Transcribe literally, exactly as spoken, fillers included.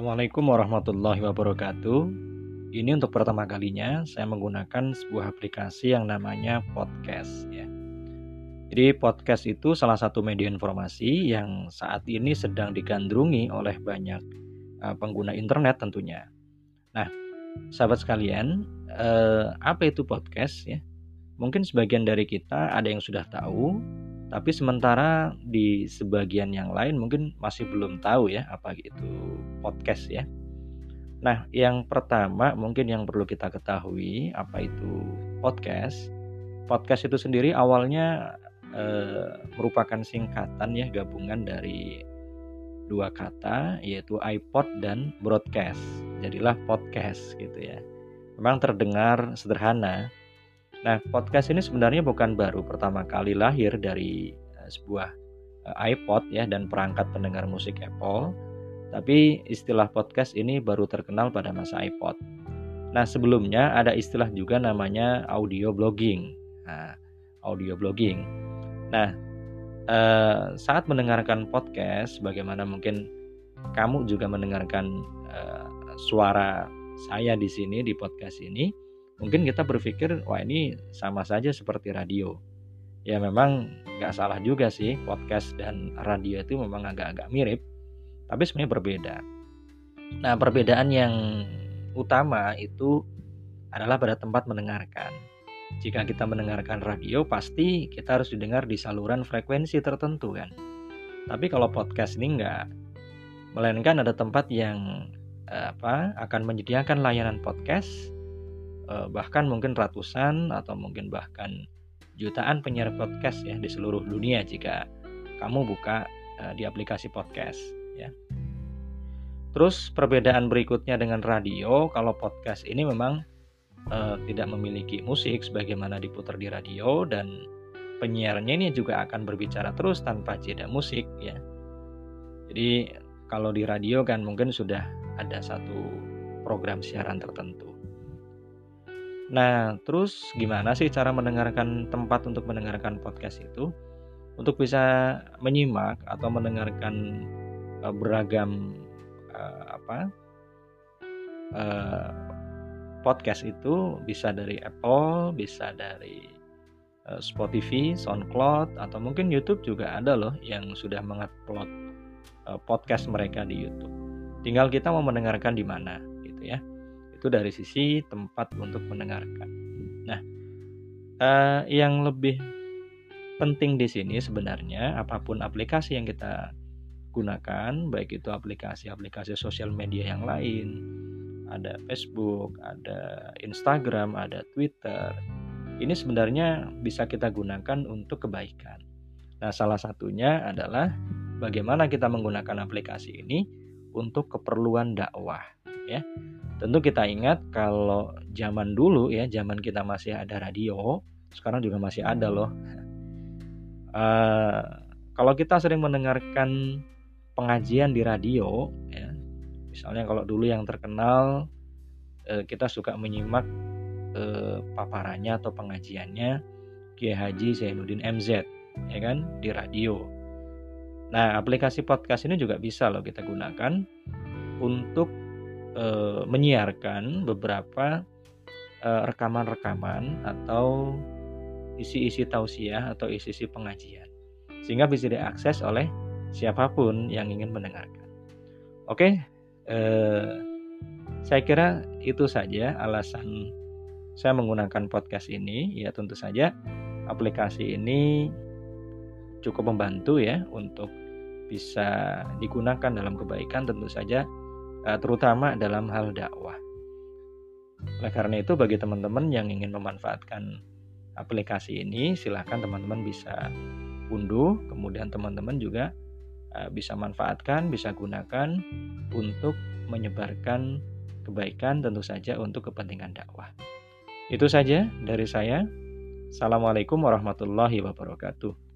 Assalamualaikum warahmatullahi wabarakatuh. Ini untuk pertama kalinya saya menggunakan sebuah aplikasi yang namanya podcast ya. Jadi podcast itu salah satu media informasi yang saat ini sedang digandrungi oleh banyak uh, pengguna internet tentunya. Nah, sahabat sekalian, uh, apa itu podcast ya? Mungkin sebagian dari kita ada yang sudah tahu, tapi sementara di sebagian yang lain mungkin masih belum tahu ya apa itu podcast ya. Nah, yang pertama mungkin yang perlu kita ketahui apa itu podcast. Podcast itu sendiri awalnya eh, merupakan singkatan ya, gabungan dari dua kata yaitu iPod dan broadcast. Jadilah podcast gitu ya. Memang terdengar sederhana. Nah, podcast ini sebenarnya bukan baru pertama kali lahir dari uh, sebuah uh, iPod ya dan perangkat pendengar musik Apple, tapi istilah podcast ini baru terkenal pada masa iPod. Nah, sebelumnya ada istilah juga namanya audio blogging. Nah, audio blogging. Nah, uh, saat mendengarkan podcast, bagaimana mungkin kamu juga mendengarkan uh, suara saya di sini di podcast ini? Mungkin kita berpikir, wah ini sama saja seperti radio. Ya memang nggak salah juga sih, podcast dan radio itu memang agak-agak mirip, tapi sebenarnya berbeda. Nah, perbedaan yang utama itu adalah pada tempat mendengarkan. Jika kita mendengarkan radio, pasti kita harus didengar di saluran frekuensi tertentu kan. Tapi kalau podcast ini nggak, melainkan ada tempat yang eh, apa akan menyediakan layanan podcast, bahkan mungkin ratusan atau mungkin bahkan jutaan penyiar podcast ya di seluruh dunia jika kamu buka uh, di aplikasi podcast ya. Terus perbedaan berikutnya dengan radio, kalau podcast ini memang uh, tidak memiliki musik sebagaimana diputar di radio, dan penyiarnya ini juga akan berbicara terus tanpa jeda musik ya. Jadi kalau di radio kan mungkin sudah ada satu program siaran tertentu. Nah, terus gimana sih cara mendengarkan tempat untuk mendengarkan podcast itu? Untuk bisa menyimak atau mendengarkan uh, beragam uh, apa uh, podcast itu bisa dari Apple, bisa dari uh, Spotify, SoundCloud, atau mungkin YouTube juga ada loh yang sudah mengupload uh, podcast mereka di YouTube. Tinggal kita mau mendengarkan di mana gitu ya. Itu dari sisi tempat untuk mendengarkan. Nah, eh, yang lebih penting di sini sebenarnya apapun aplikasi yang kita gunakan, baik itu aplikasi-aplikasi sosial media yang lain, ada Facebook, ada Instagram, ada Twitter, ini sebenarnya bisa kita gunakan untuk kebaikan. Nah, salah satunya adalah bagaimana kita menggunakan aplikasi ini untuk keperluan dakwah, ya. Tentu kita ingat kalau zaman dulu ya, zaman kita masih ada radio, sekarang juga masih ada loh. Uh, kalau kita sering mendengarkan pengajian di radio, ya, misalnya kalau dulu yang terkenal, uh, kita suka menyimak uh, paparannya atau pengajiannya Kiai Haji Zainuddin M Z, ya kan, di radio. Nah, aplikasi podcast ini juga bisa loh kita gunakan untuk E, menyiarkan beberapa e, rekaman-rekaman atau isi-isi tausiah atau isi-isi pengajian, sehingga bisa diakses oleh siapapun yang ingin mendengarkan. Oke, e, saya kira itu saja alasan saya menggunakan podcast ini. Ya, tentu saja aplikasi ini cukup membantu ya untuk bisa digunakan dalam kebaikan, tentu saja terutama dalam hal dakwah. Oleh karena itu, bagi teman-teman yang ingin memanfaatkan aplikasi ini, silakan teman-teman bisa unduh, kemudian teman-teman juga bisa manfaatkan, bisa gunakan untuk menyebarkan kebaikan, tentu saja untuk kepentingan dakwah. Itu saja dari saya. Assalamualaikum warahmatullahi wabarakatuh.